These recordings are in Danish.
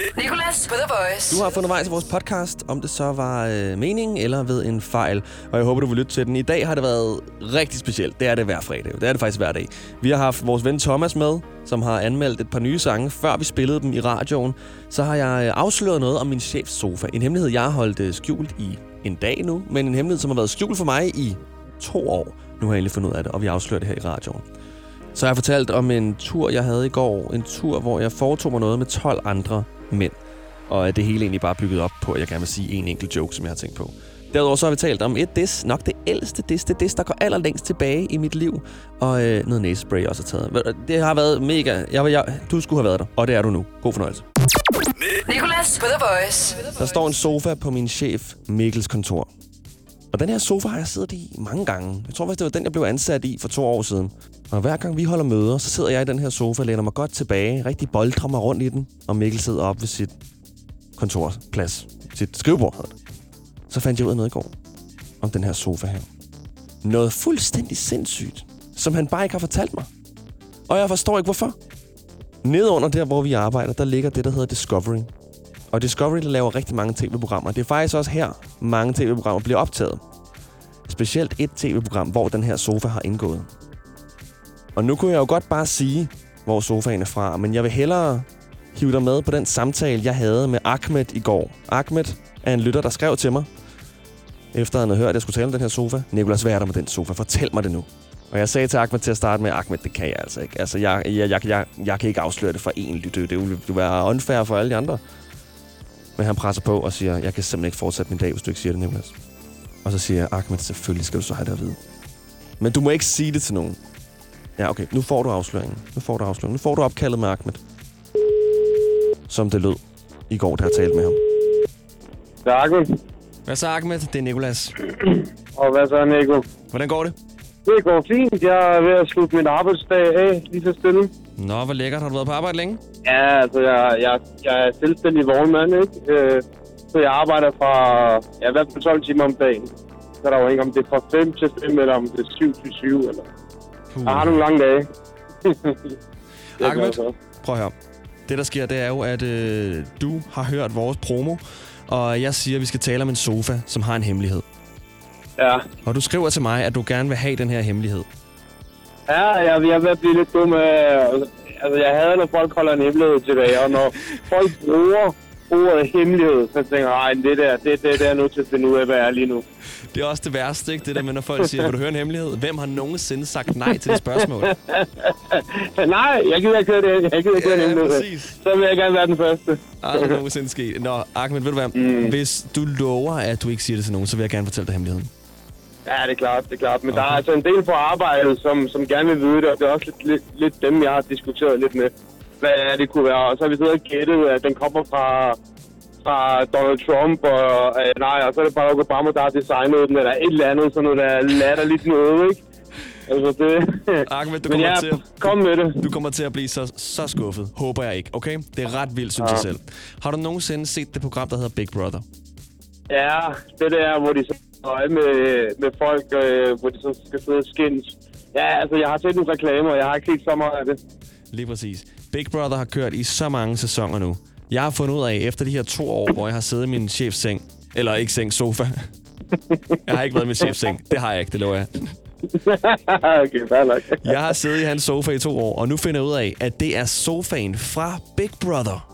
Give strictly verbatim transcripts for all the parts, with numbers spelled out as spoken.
Nicolas på The Voice. Du har fundet vej til vores podcast, om det så var øh, meningen eller ved en fejl. Og jeg håber, du vil lytte til den. I dag har det været rigtig specielt. Det er det hver fredag. Det er det faktisk hver dag. Vi har haft vores ven Thomas med, som har anmeldt et par nye sange, før vi spillede dem i radioen. Så har jeg afsløret noget om min chefs sofa. En hemmelighed, jeg har holdt skjult i en dag nu, men en hemmelighed, som har været skjult for mig i to år. Nu har jeg endelig fundet ud af det, og vi afslører det her i radioen. Så har jeg fortalt om en tur, jeg havde i går. En tur, hvor jeg foretog mig noget med tolv andre mænd. Og det hele egentlig bare bygget op på, at jeg gerne vil sige en enkelt joke, som jeg har tænkt på. Derudover så har vi talt om et diss, nok det ældste diss, det diss, der går allerlængst tilbage i mit liv. Og øh, noget næsespray også har taget. Det har været mega... Jeg, jeg, du skulle have været der, og det er du nu. God fornøjelse. Nicolas på The Voice. Der står en sofa på min chef Mikkels kontor. Og den her sofa har jeg siddet i mange gange. Jeg tror faktisk, det var den, jeg blev ansat i for to år siden. Og hver gang vi holder møder, så sidder jeg i den her sofa, læner mig godt tilbage, rigtig boldrer mig rundt i den, og Mikkel sidder op ved sit kontorplads, sit skrivebord hedder det. Så fandt jeg ud af noget i går om den her sofa her. Noget fuldstændig sindssygt, som han bare ikke har fortalt mig. Og jeg forstår ikke, hvorfor. Nede under der, hvor vi arbejder, der ligger det, der hedder Discovery. Og Discovery laver rigtig mange tv-programmer. Det er faktisk også her, mange tv-programmer bliver optaget. Specielt et tv-program, hvor den her sofa har indgået. Og nu kunne jeg jo godt bare sige, hvor sofaen er fra, men jeg vil hellere hive dig med på den samtale, jeg havde med Ahmed i går. Ahmed er en lytter, der skrev til mig, efter han havde hørt, at jeg skulle tale om den her sofa. Nicolas, hvad er der med den sofa? Fortæl mig det nu. Og jeg sagde til Ahmed til at starte med, Ahmed, det kan jeg altså ikke. Altså, jeg, jeg, jeg, jeg, jeg kan ikke afsløre det for en lytter. Det vil være unfair for alle de andre. Men han presser på og siger, jeg kan simpelthen ikke fortsætte min dag, hvis du ikke siger det, Nicolas. Og så siger jeg, Ahmed, selvfølgelig skal du så have det at vide. Men du må ikke sige det til nogen. Ja, okay, nu får du afsløringen. Nu får du afsløringen. Nu får du opkaldet med Ahmed. Som det lød i går, da jeg talte med ham. Det er Ahmed. Hvad så, Ahmed? Det er Nicolas. Og hvad så, Nico? Hvordan går det? Det går fint. Jeg er ved at slutte min arbejdsdag af, lige så stille. Nå, hvor lækkert. Har du været på arbejde længe? Ja, altså, jeg, jeg, jeg er selvstændig vognmand, ikke? Så jeg arbejder fra, ja, i hvert fald tolv timer om dagen. Så der er jo ikke, om det er fra fem til fem, eller om det er syv til syv, eller... Uh. Jeg har nogle lange dage. Ahmed, prøv at høre. Det, der sker, det er jo, at øh, du har hørt vores promo, og jeg siger, at vi skal tale om en sofa, som har en hemmelighed. Ja. Og du skriver til mig, at du gerne vil have den her hemmelighed. Ja, jeg, jeg er ved at blive lidt dum. Altså, jeg hader, når folk holder en hemmelighed tilbage, og når folk bruger ordet hemmelighed, så tænker jeg, det der, det, det, det er nu til at finde ud af, hvad jeg er lige nu. Det er også det værste, ikke? Det der med, når folk siger, vil du høre en hemmelighed? Hvem har nogensinde sagt nej til det spørgsmål? Nej, jeg gider ikke høre det. Jeg gider ikke høre ja, en hemmelighed. Så vil jeg gerne være den første. Aldrig nogensinde ske. Nå, Ahmed, ved du hvad? Mm. Hvis du lover, at du ikke siger det til nogen, så vil jeg gerne fortælle dig hemmeligheden. Ja, det er klart, det er klart. Men okay. Der er altså en del på arbejdet, som, som gerne vil vide det, og det er også lidt, lidt, lidt dem, jeg har diskuteret lidt med, hvad det kunne være. Og så har vi siddet og gættet, at den kommer fra... fra Donald Trump, og øh, nej, og så er det Barack Obama, der har designet den, eller et eller andet, sådan noget, der er latterligt noget, ikke? Altså det... Ahmed, du kommer ja, til at... kom med det. Du kommer til at blive så, så skuffet. Håber jeg ikke, okay? Det er ret vildt, synes ja. jeg selv. Har du nogensinde set det program, der hedder Big Brother? Ja, det der, hvor de så øje med, med folk, øh, hvor de så skal sidde og skændes. Ja, altså, jeg har set nogle reklamer, og jeg har ikke set så meget af det. Lige præcis. Big Brother har kørt i så mange sæsoner nu. Jeg har fundet ud af, efter de her to år, hvor jeg har siddet i min chefs seng, eller ikke seng, sofa. Jeg har ikke været i min chefs seng. Det har jeg ikke, det lover jeg. Okay, fair nok. Jeg har siddet i hans sofa i to år, og nu finder jeg ud af, at det er sofaen fra Big Brother.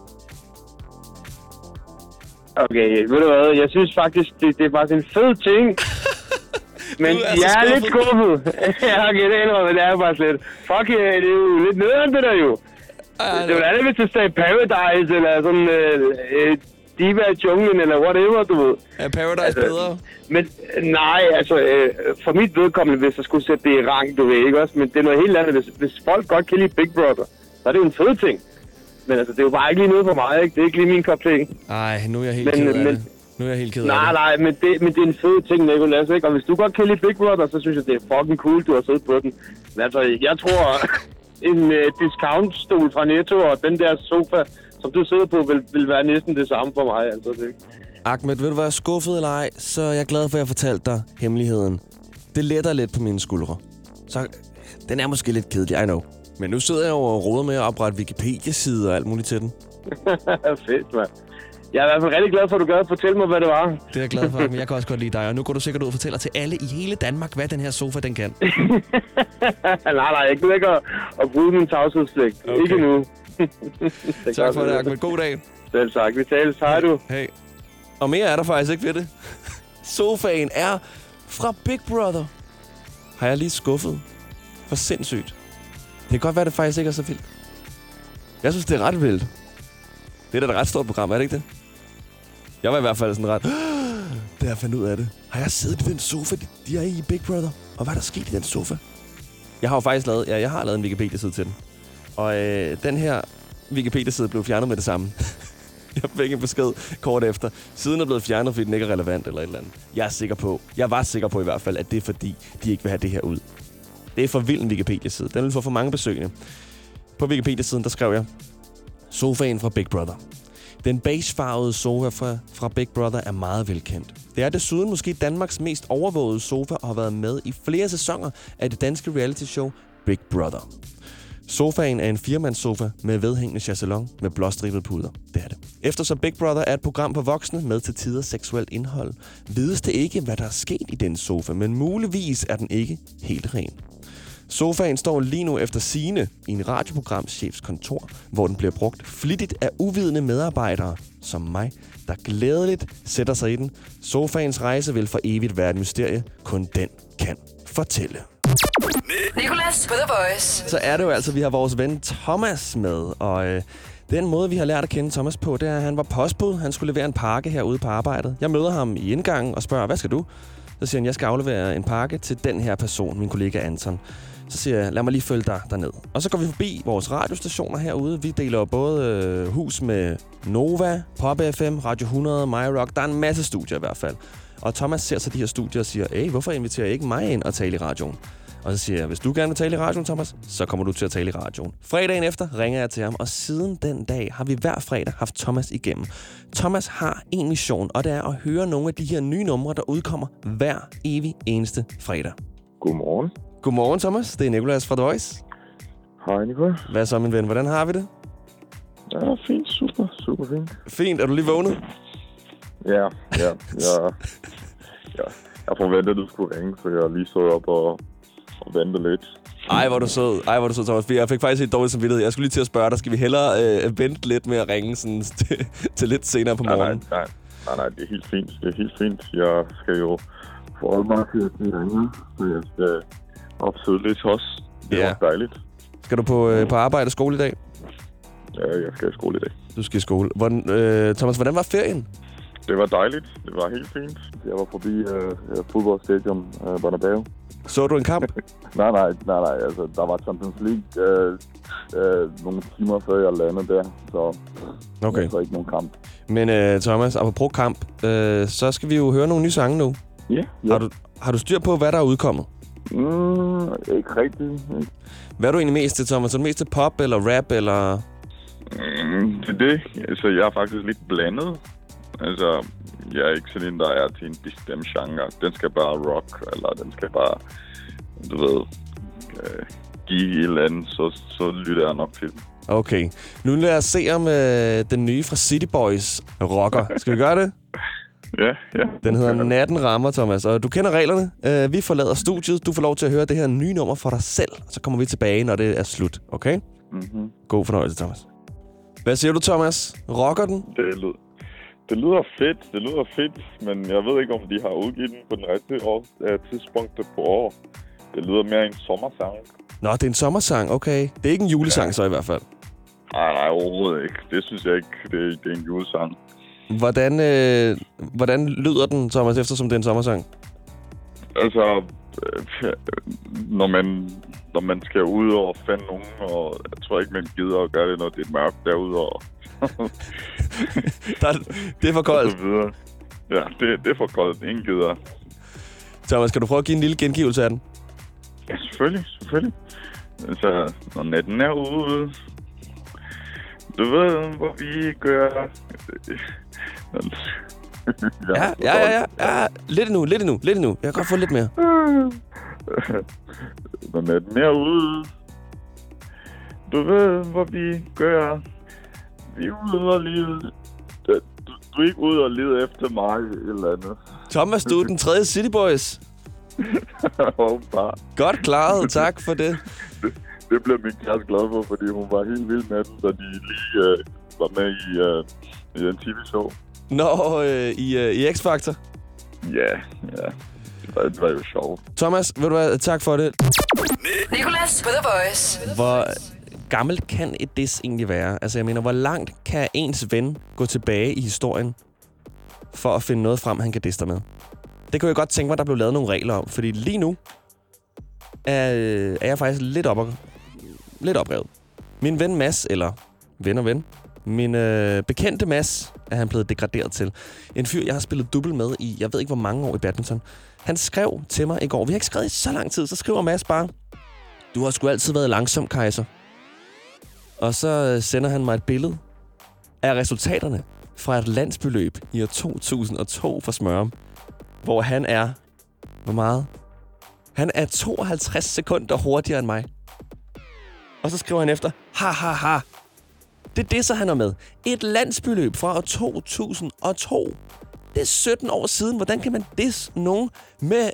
Okay, ved du hvad? Jeg synes faktisk, det, det er bare en fed ting. Men er jeg er lidt skuffet. Ja, okay, det er men det er bare slet. Fuck, det er jo lidt nederen, det der jo. Uh, det var da det, hvis det sagde Paradise, eller sådan øh, Diva i junglen, eller whatever, du ved. Er Paradise altså, bedre? Men nej, altså, øh, for mit vedkommende, hvis jeg skulle sætte det i rang, du ved ikke også, men det er noget helt andet. Hvis, hvis folk godt kan lide Big Brother, så er det jo en fed ting. Men altså, det er jo bare ikke lige noget for mig, ikke? Det er ikke lige min kop te. Ej, nu er jeg helt men, ked af men, det. Nu er jeg helt ked af nej, det. Nej, nej, men det, men det er en fed ting, Nicolas, ikke? Og hvis du godt kan lide Big Brother, så synes jeg, det er fucking cool, du har siddet på den. Men altså, jeg tror... en uh, discountstol fra Netto og den der sofa, som du sidder på, vil, vil være næsten det samme for mig. Altså, det. Ahmed, ved du hvad, skuffet eller ej, så er jeg glad for, at jeg fortalte dig hemmeligheden. Det letter lidt på mine skuldre. Så den er måske lidt kedelig, I know. Men nu sidder jeg jo og roder med at oprette Wikipedia-sider og alt muligt til den. Fedt, mand. Jeg er i hvert fald rigtig glad for, at du gad at fortælle mig, hvad det var. Det er jeg glad for, men jeg kan også godt lide dig. Og nu går du sikkert ud og fortæller til alle i hele Danmark, hvad den her sofa, den kan. nej, nej, jeg kan ikke at, at bruge min tavshedspligt. Okay. Ikke nu. Tak for det, Ahmed. God dag. Selv tak. Vi tales. Hej du. Hey. Og mere er der faktisk ikke ved det. Sofaen er fra Big Brother. Har jeg lige skuffet? For sindssygt. Det kan godt være, det faktisk ikke er så vildt. Jeg synes, det er ret vildt. Det er da et ret stort program, er det ikke det? Jeg var i hvert fald sådan ret... Da jeg fandt ud af det. Har jeg siddet i den sofa, de er i Big Brother? Og hvad er der sket i den sofa? Jeg har jo faktisk lavet... Ja, jeg har lavet en Wikipedia-side til den. Og øh, den her Wikipedia-side blev fjernet med det samme. Jeg fik en besked kort efter. Siden er blevet fjernet, fordi den ikke er relevant eller et eller andet. Jeg er sikker på... Jeg var sikker på i hvert fald, at det er fordi, de ikke vil have det her ud. Det er for vild en Wikipedia-side. Den vil få for mange besøgende. På Wikipedia-siden, der skrev jeg... Sofaen fra Big Brother. Den beigefarvede sofa fra, fra Big Brother er meget velkendt. Det er desuden måske Danmarks mest overvågede sofa og har været med i flere sæsoner af det danske reality-show Big Brother. Sofaen er en firemandssofa med vedhængende chaiselong med blåstribet puder. Det er det. Eftersom Big Brother er et program for voksne med til tider seksuelt indhold, vides det ikke, hvad der er sket i den sofa, men muligvis er den ikke helt ren. Sofaen står lige nu efter sigende i en radioprogramschefs kontor, hvor den bliver brugt flittigt af uvidende medarbejdere som mig, der glædeligt sætter sig i den. Sofaens rejse vil for evigt være et mysterie, kun den kan fortælle. Nicolas på The Voice. Så er det jo altså, vi har vores ven Thomas med, og øh, den måde, vi har lært at kende Thomas på, det er, at han var postbud. Han skulle levere en pakke herude på arbejdet. Jeg møder ham i indgangen og spørger, hvad skal du? Så siger han, jeg skal aflevere en pakke til den her person, min kollega Anton. Så siger jeg, lad mig lige følge dig derned. Og så går vi forbi vores radiostationer herude. Vi deler både øh, hus med Nova, Pop F M, Radio hundrede, MyRock. Der er en masse studier i hvert fald. Og Thomas ser så de her studier og siger, hey, hvorfor inviterer jeg ikke mig ind og tale i radioen? Og så siger jeg, hvis du gerne vil tale i radioen, Thomas, så kommer du til at tale i radioen. Fredagen efter ringer jeg til ham, og siden den dag har vi hver fredag haft Thomas igennem. Thomas har en mission, og det er at høre nogle af de her nye numre, der udkommer hver evig eneste fredag. Godmorgen. Godmorgen, Thomas. Det er Nicolas fra The Voice. Hej, Nicolas. Hvad så, min ven? Hvordan har vi det? Ja, fint. Super, super fint. Fint. Er du lige vågnet? Ja, ja. Jeg, ja. jeg forventede, at du skulle ringe, så jeg lige stod op og, og ventede lidt. Ej, hvor du sød. Ej, hvor du sød, Thomas. Jeg fik faktisk helt dårligt samvittighed. Jeg skulle lige til at spørge dig, skal vi hellere øh, vente lidt med at ringe sådan, til, til lidt senere på morgenen? Nej, nej, nej, nej, det er helt fint. Det er helt fint. Jeg skal jo forholde mig til, at de ringer, så jeg skal op tidligt også. Det ja. er dejligt. Skal du på, øh, på arbejde og skole i dag? Ja, jeg skal i skole i dag. Du skal i skole. Hvordan, øh, Thomas, hvordan var ferien? Det var dejligt. Det var helt fint. Jeg var forbi øh, fodboldstadion øh, Bernabeu. Så du en kamp? nej, nej, nej, nej. Altså, der var Champions League øh, øh, nogle timer før jeg landede der, så okay. der var ikke nogen kamp. Men øh, Thomas, apropos kamp, øh, så skal vi jo høre nogle nye sange nu. Ja. ja. Har du, har du styr på, hvad der er udkommet? Mm, ikke rigtigt. Hvad er du egentlig mest til, Thomas? Er du mest til pop eller rap, eller... Mm, det er det. Altså, jeg er faktisk lidt blandet. Altså, jeg er ikke sådan en, der er til en bestemt genre. Den skal bare rock, eller den skal bare, du ved, øh, give et eller andet, så, så lytter jeg nok til den. Okay. Nu lad os se om øh, den nye fra City Boys rocker. Skal vi gøre det? Ja, ja. Den hedder Natten Rammer, Thomas. Og du kender reglerne. Uh, vi forlader studiet. Du får lov til at høre det her nye nummer for dig selv. Så kommer vi tilbage, når det er slut. Okay? Mm-hmm. God fornøjelse, Thomas. Hvad siger du, Thomas? Rocker den? Det lyder, det lyder fedt. Det lyder fedt, men jeg ved ikke, om de har udgivet den på den rigtige år, uh, tidspunkt på år. Det lyder mere en sommersang. Nå, det er en sommersang. Okay. Det er ikke en julesang, ja. Så i hvert fald. Nej, nej, overhovedet ikke. Det synes jeg ikke, det er, det er en julesang. Hvordan, øh, hvordan lyder den, Thomas, eftersom det er en sommersang? Altså, øh, når, man, når man skal ud og finde nogen, og jeg tror ikke, man gider at gøre det, når det er mørkt derude. Og Der, det er for koldt. Ja, det, det er for koldt. Ingen gider. Thomas, kan du prøve at give en lille gengivelse af den? Ja, selvfølgelig, selvfølgelig. Altså, når natten er ude, du ved, hvor vi gør... ja, ja, ja, ja, ja. Lidt endnu, lidt endnu, lidt endnu. Jeg kan godt få lidt mere. Når natten er ude, du ved, hvor vi gør... vi er ude og lede. Du, du er ikke ude og lede efter mig eller andet. Thomas, du er den tredje City Boys. Godt klaret, tak for det. det. Det blev min kæreste glad for, fordi hun var helt vild med den, da de lige øh, var med i, øh, i en T V-show. Nå, øh, i, øh, i X-Factor? Ja, ja. Det var, det var jo sjovt. Thomas, ved du hvad, tak for det. Nicolas på The Voice. Hvor gammelt kan et diss egentlig være? Altså, jeg mener, hvor langt kan ens ven gå tilbage i historien for at finde noget frem, han kan disse dig med? Det kunne jeg godt tænke mig, der blev lavet nogle regler om. Fordi lige nu er, er jeg faktisk lidt, op og, lidt oprevet. Min ven Mads, eller ven og ven, min øh, bekendte Mads, er han blevet degraderet til. En fyr, jeg har spillet dubbel med i, jeg ved ikke hvor mange år i badminton. Han skrev til mig i går, vi har ikke skrevet i så lang tid, så skriver Mads bare, du har sgu altid været langsom, Kaiser. Og så sender han mig et billede af resultaterne fra et landsbeløb i år to tusind og to for Smørum, hvor han er, hvor meget? Han er tooghalvtreds sekunder hurtigere end mig. Og så skriver han efter, ha ha ha. Det er det, så han er med. Et landsbeløb fra år to tusind og to. Det er sytten år siden. Hvordan kan man disse nogen med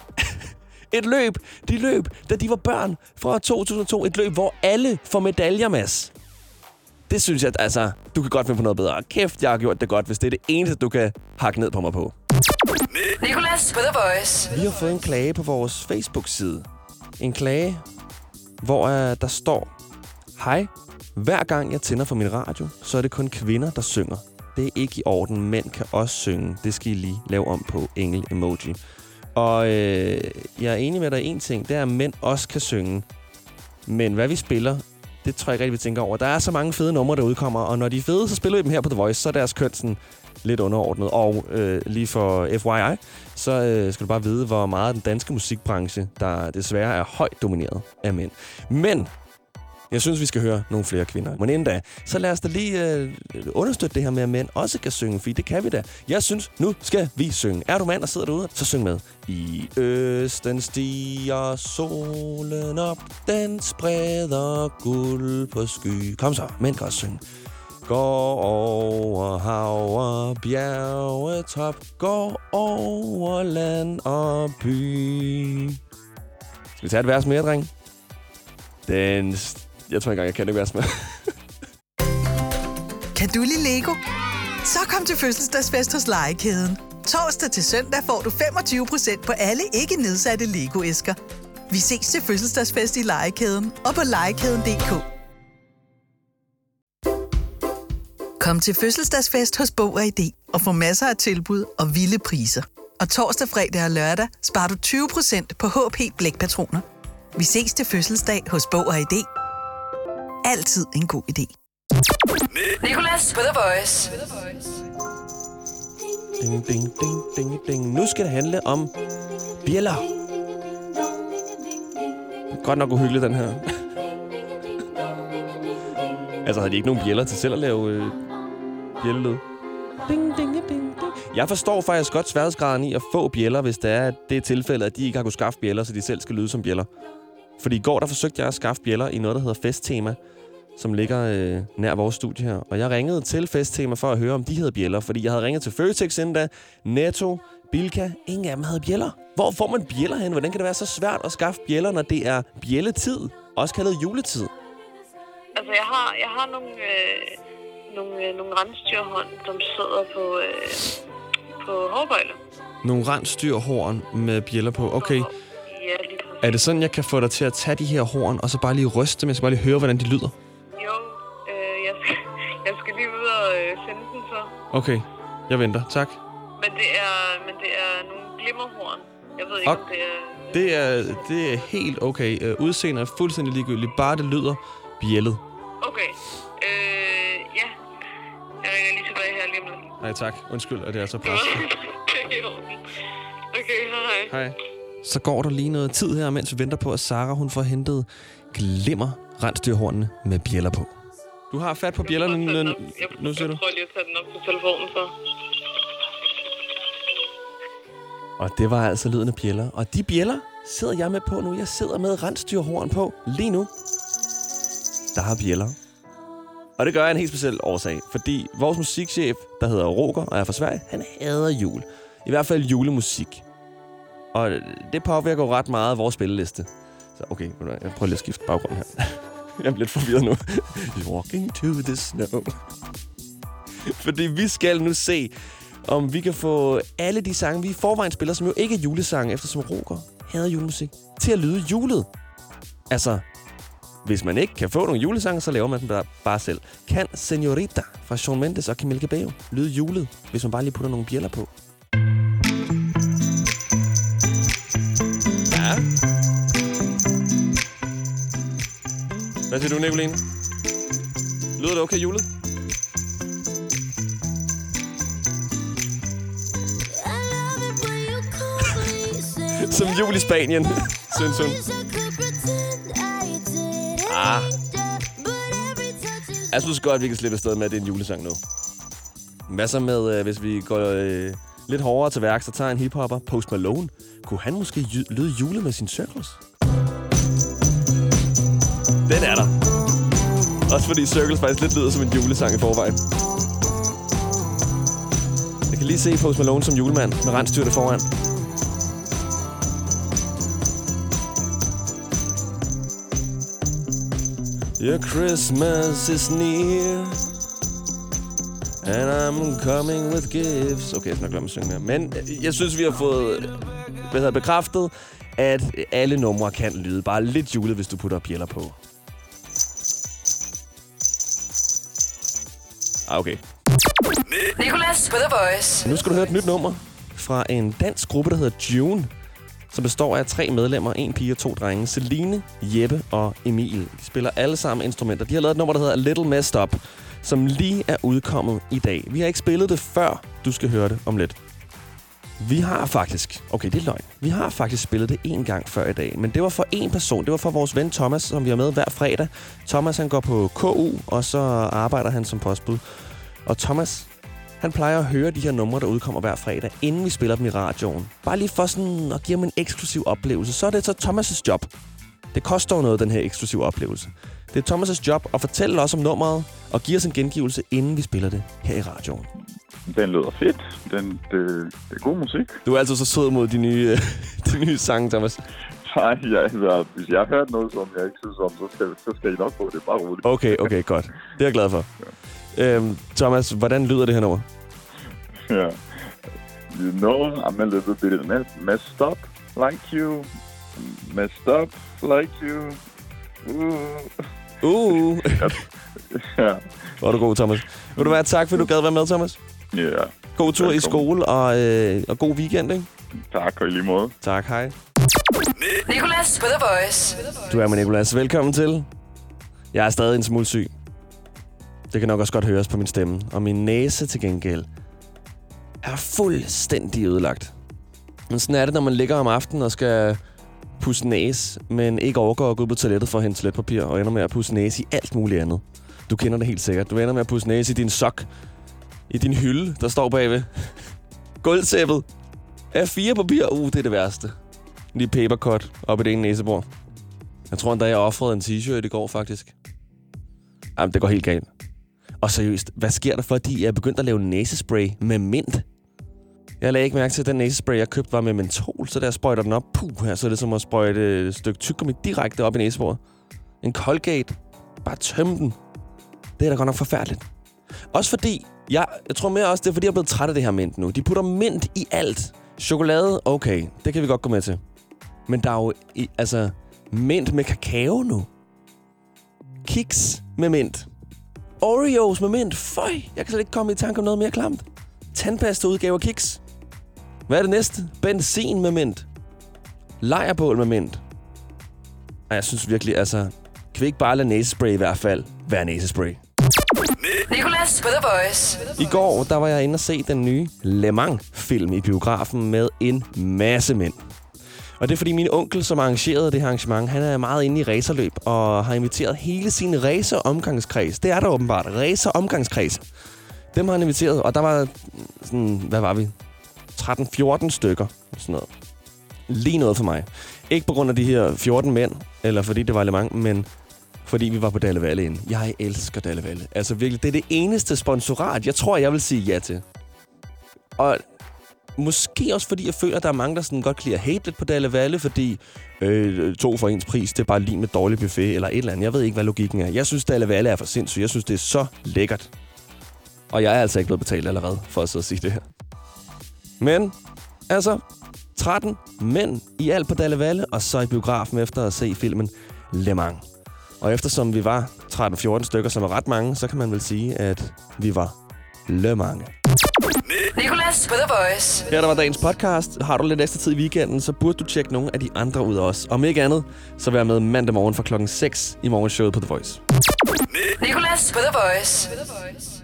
et løb? De løb, da de var børn fra år to tusind og to. Et løb, hvor alle får medaljer, Mads. Det synes jeg, at altså, du kan godt finde på noget bedre. Kæft, jeg har gjort det godt, hvis det er det eneste, du kan hakke ned på mig på. Nicolas på The Voice. Vi har fået en klage på vores Facebook-side. En klage, hvor uh, der står, hej, hver gang jeg tænder for min radio, så er det kun kvinder, der synger. Det er ikke i orden. Mænd kan også synge. Det skal I lige lave om på engel-emoji. Og øh, jeg er enig med dig i en ting. Det er, at mænd også kan synge. Men hvad vi spiller, det tror jeg ikke rigtig, vi tænker over. Der er så mange fede numre, der udkommer. Og når de er fede, så spiller vi dem her på The Voice. Så er deres køn sådan lidt underordnet. Og øh, lige for F Y I, så øh, skal du bare vide, hvor meget den danske musikbranche, der desværre er højt domineret af mænd. Men jeg synes, vi skal høre nogle flere kvinder. Men inden da, så lad os da lige øh, understøtte det her med, at mænd også kan synge, for det kan vi da. Jeg synes, nu skal vi synge. Er du mand, der sidder derude, så syng med. I østen stiger solen op, den spreder guld på sky. Kom så, mænd kan også synge. Går over hav og bjergetop, går over land og by. Skal vi tage et vers mere, dreng? Den... Jeg tror ikke engang, jeg kan det være med. Kan du lide Lego? Så kom til fødselsdagsfest hos Legekæden. Torsdag til søndag får du femogtyve procent på alle ikke nedsatte Lego-æsker. Vi ses til fødselsdagsfest i Legekæden og på legekæden punktum d k. Kom til fødselsdagsfest hos Bog og I D og få masser af tilbud og vilde priser. Og torsdag, fredag og lørdag sparer du tyve procent på H P blækpatroner. Vi ses til fødselsdag hos Bog og I D. Altid en god idé. Nicolas på The Voice. Ding, ding, ding, ding, ding. Nu skal det handle om bjæller. Godt nok uhyggeligt, den her. Altså, har de ikke nogen bjæller til selv at lave øh, bjællelyd? Ding, ding, ding, ding. Jeg forstår faktisk godt sværhedsgraden i at få bjæller, hvis det er det tilfælde, at de ikke har kunnet skaffe bjæller, så de selv skal lyde som bjæller. Fordi i går, der forsøgte jeg at skaffe bjæller i noget, der hedder Festtema, som ligger øh, nær vores studie her. Og jeg ringede til Festtema for at høre, om de havde bjæller, fordi jeg havde ringet til Føtex inden da, Netto, Bilka, ingen af dem havde bjæller. Hvor får man bjæller hen? Hvordan kan det være så svært at skaffe bjæller, når det er bjælletid? Også kaldet juletid. Altså, jeg har, jeg har nogle, øh, nogle, øh, nogle rensdyrhånd, som sidder på, øh, på hårbøjler. Nogle rensdyrhorn med bjæller på, okay. Ja, lige præcis. Er det sådan, jeg kan få dig til at tage de her horn, og så bare lige ryste dem? Jeg skal bare lige høre, hvordan de lyder. Jo, øh, jeg, skal, jeg skal lige ud og øh, sende den så. Okay, jeg venter. Tak. Men det er, men det er nogle glimmerhorn. Jeg ved ikke, og om det er... Det er, det er helt okay. Uh, Udseendet er fuldstændig ligegyldigt. Bare det lyder bjællet. Okay. Øh, ja. Jeg ringer lige tilbage her lige om lidt. Nej, tak. Undskyld, at det er så presset. Det er i orden. Okay, hej. Hej. Så går der lige noget tid her, mens vi venter på, at Sara hun får hentet glimmer rensdyrhornene med bjæller på. Du har fat på bjællerne nu, jeg, nu siger du? Jeg prøver lige at tage den op på telefonen så. Og det var altså lyden af bjæller. Og de bjæller sidder jeg med på nu. Jeg sidder med rensdyrhorn på lige nu. Der har bjæller. Og det gør jeg en helt speciel årsag, fordi vores musikchef, der hedder Roger og er fra Sverige, han hader jul. I hvert fald julemusik. Og det påvirker jo ret meget af vores spilleliste. Så okay, jeg prøver lige at skifte baggrund her. Jeg er lidt forvirret nu. Walking to the snow. Fordi vi skal nu se, om vi kan få alle de sange, vi i forvejen spiller, som jo ikke er julesange, eftersom Roger hader julemusik, til at lyde julet. Altså, hvis man ikke kan få nogle julesange, så laver man den bare selv. Kan Señorita fra Shawn Mendes og Camila Cabello lyde julet, hvis man bare lige putter nogle bjælder på? Ja. Hvad siger du, Nicoline? Lyder det okay julet? Som jul i Spanien, synes hun. Ah. Jeg synes godt, at vi kan slippe afsted med, at det er en julesang nu. Hvad så med, øh, hvis vi går øh, lidt hårdere til værks og tager en hiphopper, Post Malone? Kunne han måske j- lyde julet med sin Circles? Den er der. Også fordi Circles faktisk lidt lyder som en julesang i forvejen. Jeg kan lige se Post Malone som julemand med rensdyrte foran. Your Christmas is near, and I'm coming with gifts. Okay, jeg skal nok lade mig synge mere. Men jeg synes, vi har fået bedre bekræftet, at alle numre kan lyde bare lidt julet, hvis du putter bjælder på. Ah, okay. Nicolas på The Voice. Nu skal du høre et nyt nummer fra en dansk gruppe, der hedder June, som består af tre medlemmer, en pige og to drenge. Celine, Jeppe og Emil. De spiller alle sammen instrumenter. De har lavet et nummer, der hedder A Little Messed Up, som lige er udkommet i dag. Vi har ikke spillet det før, du skal høre det om lidt. Vi har faktisk... Okay, det er løgn. Vi har faktisk spillet det en gang før i dag, men det var for en person. Det var for vores ven Thomas, som vi har med hver fredag. Thomas, han går på K U, og så arbejder han som postbud. Og Thomas... Han plejer at høre de her numre, der udkommer hver fredag, inden vi spiller dem i radioen. Bare lige for sådan at give dem en eksklusiv oplevelse. Så er det så Thomas' job. Det koster jo noget, den her eksklusive oplevelse. Det er Thomas' job at fortælle os om nummeret og give os en gengivelse, inden vi spiller det her i radioen. Den lyder fedt. Den, det, det er god musik. Du er altid så sød mod de nye, de nye sange, Thomas. Nej, jeg, altså, hvis jeg har hørt noget, som jeg ikke synes om, så skal, så skal I nok få det. Bare roligt. Okay, okay, godt. Det er jeg glad for. Ja. Øhm, Thomas, hvordan lyder det her nummer? Yeah. You know, I'm a little bit messed up like you. Messed up like you. Uh. Uh. Ja. Hvor er du god, Thomas. Vil du være tak, fordi du gad være med, Thomas? Ja. Yeah. God tur Velkommen. I skole, og, øh, og god weekend, ikke? Tak, og i lige måde. Tak, hej. Nicolas på The Voice. Du er med, Nicolas. Velkommen til. Jeg er stadig en smule syg. Det kan nok også godt høres på min stemme. Og min næse til gengæld er fuldstændig ødelagt. Men sådan er det, når man ligger om aftenen og skal pusse næse, men ikke overgår at gå ud på toilettet for at hente toiletpapir, og ender med at pusse næse i alt muligt andet. Du kender det helt sikkert. Du ender med at pusse næse i din sok, i din hylde, der står bagved. Gulvtæppet. A fire papir. Uh, det er det værste. Lige papercut op i det ene næsebord. Jeg tror endda, jeg offrede en t-shirt i går, faktisk. Jamen, det går helt galt. Og seriøst, hvad sker der, fordi jeg er begyndt at lave næsespray med mint? Jeg lagde ikke mærke til, at den næsespray, jeg købte, var med mentol, så der sprøjter den op. Puh, her så er det som at sprøjte et stykke tyggegummi direkte op i næsebordet. En Colgate. Bare tømme den. Det er da godt nok forfærdeligt. Også fordi, jeg, jeg tror mere også, det er fordi, jeg er blevet træt af det her mint nu. De putter mint i alt. Chokolade, okay, det kan vi godt gå med til. Men der er jo, i, altså, mint med kakao nu. Kiks med mint. Oreos med mint. Føj, jeg kan slet ikke komme i tanke om noget mere klamt. Tandpasta udgave af kiks. Hvad er det næste? Benzin med mint. Lejrbål med mint. Og jeg synes virkelig, altså... Kan vi ikke bare lade næsespray i hvert fald være næsespray? Nicolas på The Voice. I går, der var jeg inde og se den nye Le Mans-film i biografen med en masse mænd. Og det er fordi min onkel, som arrangerede det her arrangement, han er meget inde i racerløb og har inviteret hele sin racer-omgangskreds. Det er der åbenbart. Racer-omgangskreds. Dem har han inviteret, og der var sådan, hvad var vi? tretten fjorten stykker. Sådan noget. Lige noget for mig. Ikke på grund af de her fjorten mænd, eller fordi det var Le Mans, men fordi vi var på Dalle Valle inde. Jeg elsker Dalle Valle. Altså virkelig, det er det eneste sponsorat, jeg tror, jeg vil sige ja til. Og måske også fordi jeg føler, at der er mange, der sådan godt kan lide at hate lidt på Dalle Valle, fordi øh, to for ens pris, det er bare lige med dårlig buffet eller et eller andet. Jeg ved ikke, hvad logikken er. Jeg synes, Dalle Valle er for sindssygt. Jeg synes, det er så lækkert. Og jeg er altså ikke blevet betalt allerede for at sidde og sige det her. Men, altså, tretten mænd i alt på Dalle Valle, og så i biografen efter at se filmen Le Mans. Og eftersom vi var tretten fjorten stykker, som er ret mange, så kan man vel sige, at vi var le mange. Nicolas på The Voice. Her der var dagens podcast. Har du lidt ekstra tid i weekenden, så burde du tjekke nogle af de andre ud også. Om ikke andet, så vær med mandag morgen fra klokken seks i morgenshowet på The Voice. Nicolas på The Voice.